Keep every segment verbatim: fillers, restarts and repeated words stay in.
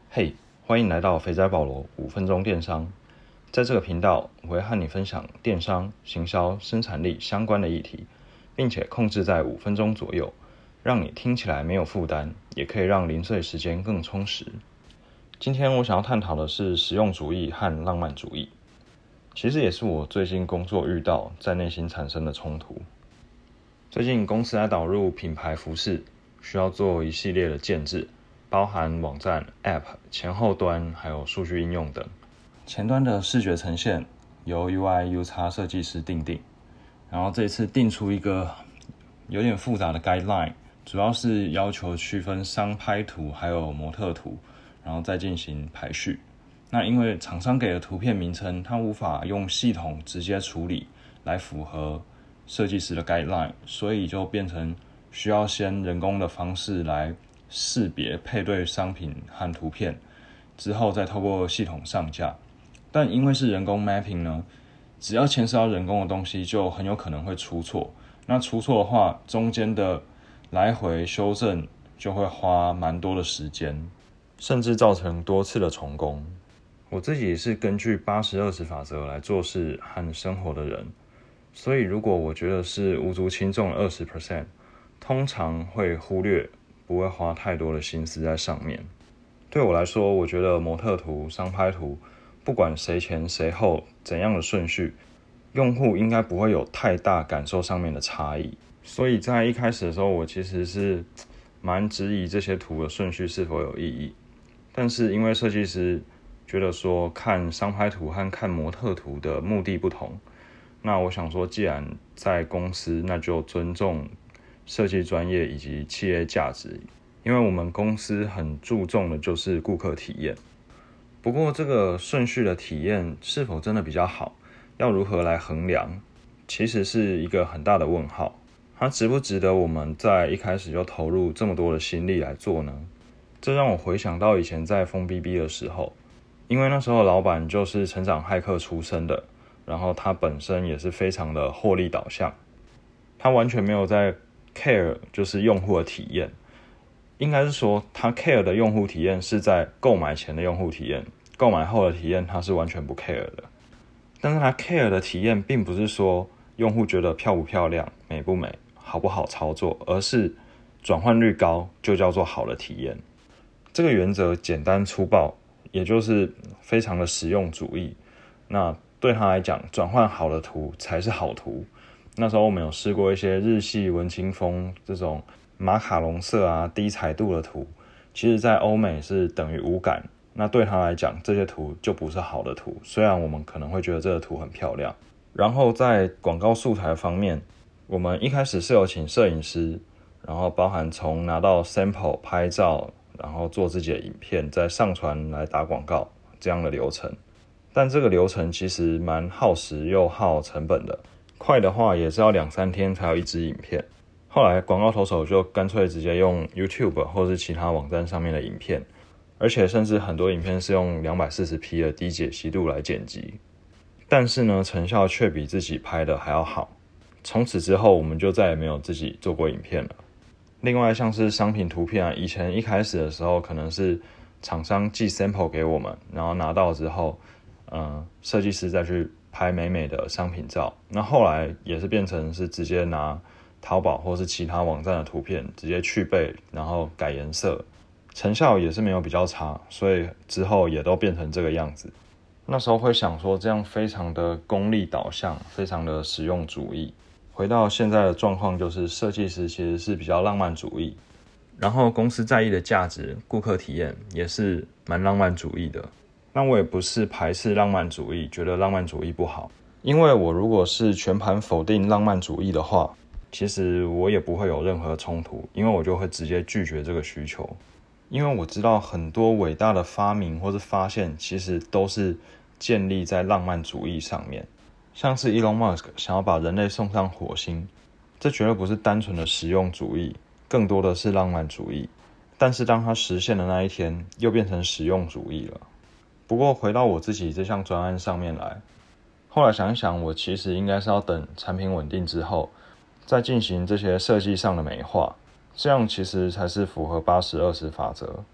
嘿，欢迎来到肥仔保罗五分钟电商。在这个频道，我会和你分享电商、行销、生产力相关的议题，并且控制在五分钟左右，让你听起来没有负担，也可以让零碎时间更充实。今天我想要探讨的是实用主义和浪漫主义，其实也是我最近工作遇到在内心产生的冲突。最近公司来导入品牌服饰，需要做一系列的建制，包含网站、App 前后端还有数据应用等。前端的视觉呈现由 U I、U X 设计师定定，然后这次定出一个有点复杂的 guideline， 主要是要求区分商拍图还有模特图，然后再进行排序。那因为厂商给的图片名称，它无法用系统直接处理来符合设计师的 guideline， 所以就变成需要先人工的方式来识别配对商品和图片，之后再透过系统上架。但因为是人工 mapping 呢，只要牵涉到人工的东西，就很有可能会出错。那出错的话，中间的来回修正就会花蛮多的时间，甚至造成多次的重工。我自己是根据八十二十法则来做事和生活的人，所以如果我觉得是无足轻重的 百分之二十， 通常会忽略，不会花太多的心思在上面。对我来说，我觉得模特图、商拍图，不管谁前谁后，怎样的顺序，用户应该不会有太大感受上面的差异。所以在一开始的时候，我其实是蛮质疑这些图的顺序是否有意义。但是因为设计师觉得说看商拍图和看模特图的目的不同，那我想说，既然在公司，那就尊重设计专业以及企业价值，因为我们公司很注重的就是顾客体验。不过这个顺序的体验是否真的比较好，要如何来衡量，其实是一个很大的问号。它值不值得我们在一开始就投入这么多的心力来做呢？这让我回想到以前在疯逼逼的时候，因为那时候老板就是成长骇客出身的，然后他本身也是非常的获利导向，他完全没有在 care 就是用户的体验。应该是说他 care 的用户体验是在购买前的用户体验，购买后的体验他是完全不 care 的。但是他 care 的体验并不是说用户觉得漂不漂亮、美不美、好不好操作，而是转换率高就叫做好的体验。这个原则简单粗暴，也就是非常的实用主义。那对他来讲，转换好的图才是好图。那时候我们有试过一些日系文青风这种马卡龙色啊、低彩度的图，其实在欧美是等于无感。那对他来讲，这些图就不是好的图，虽然我们可能会觉得这个图很漂亮。然后在广告素材方面，我们一开始是有请摄影师，然后包含从拿到 sample 拍照，然后做自己的影片，再上传来打广告这样的流程。但这个流程其实蛮耗时又耗成本的，快的话也是要两三天才有一支影片。后来广告投手就干脆直接用 YouTube 或是其他网站上面的影片，而且甚至很多影片是用 两百四十 P 的低解析度来剪辑，但是呢，成效却比自己拍的还要好。从此之后，我们就再也没有自己做过影片了。另外像是商品图片啊，以前一开始的时候可能是厂商寄 sample 给我们，然后拿到之后，呃，设计师再去拍美美的商品照。那后来也是变成是直接拿淘宝或是其他网站的图片直接去背，然后改颜色，成效也是没有比较差，所以之后也都变成这个样子。那时候会想说，这样非常的功利导向，非常的实用主义。回到现在的状况，就是设计师其实是比较浪漫主义，然后公司在意的价值、顾客体验也是蛮浪漫主义的。那我也不是排斥浪漫主义，觉得浪漫主义不好，因为我如果是全盘否定浪漫主义的话，其实我也不会有任何冲突，因为我就会直接拒绝这个需求。因为我知道很多伟大的发明或是发现，其实都是建立在浪漫主义上面。像是 Elon Musk 想要把人类送上火星，这绝对不是单纯的实用主义，更多的是浪漫主义。但是当他实现的那一天，又变成实用主义了。不过回到我自己这项专案上面来，后来想一想，我其实应该是要等产品稳定之后，再进行这些设计上的美化，这样其实才是符合八十二十法则。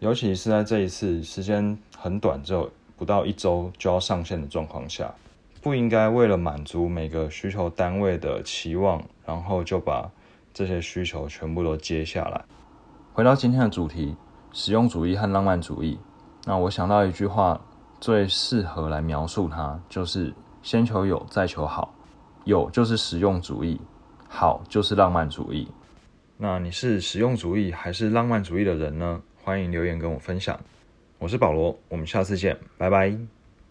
尤其是在这一次时间很短，只有不到一周就要上线的状况下，不应该为了满足每个需求单位的期望，然后就把这些需求全部都接下来。回到今天的主题，实用主义和浪漫主义，那我想到一句话最适合来描述它，就是先求有，再求好。有就是实用主义，好就是浪漫主义。那你是实用主义还是浪漫主义的人呢？欢迎留言跟我分享。我是保罗，我们下次见，拜拜。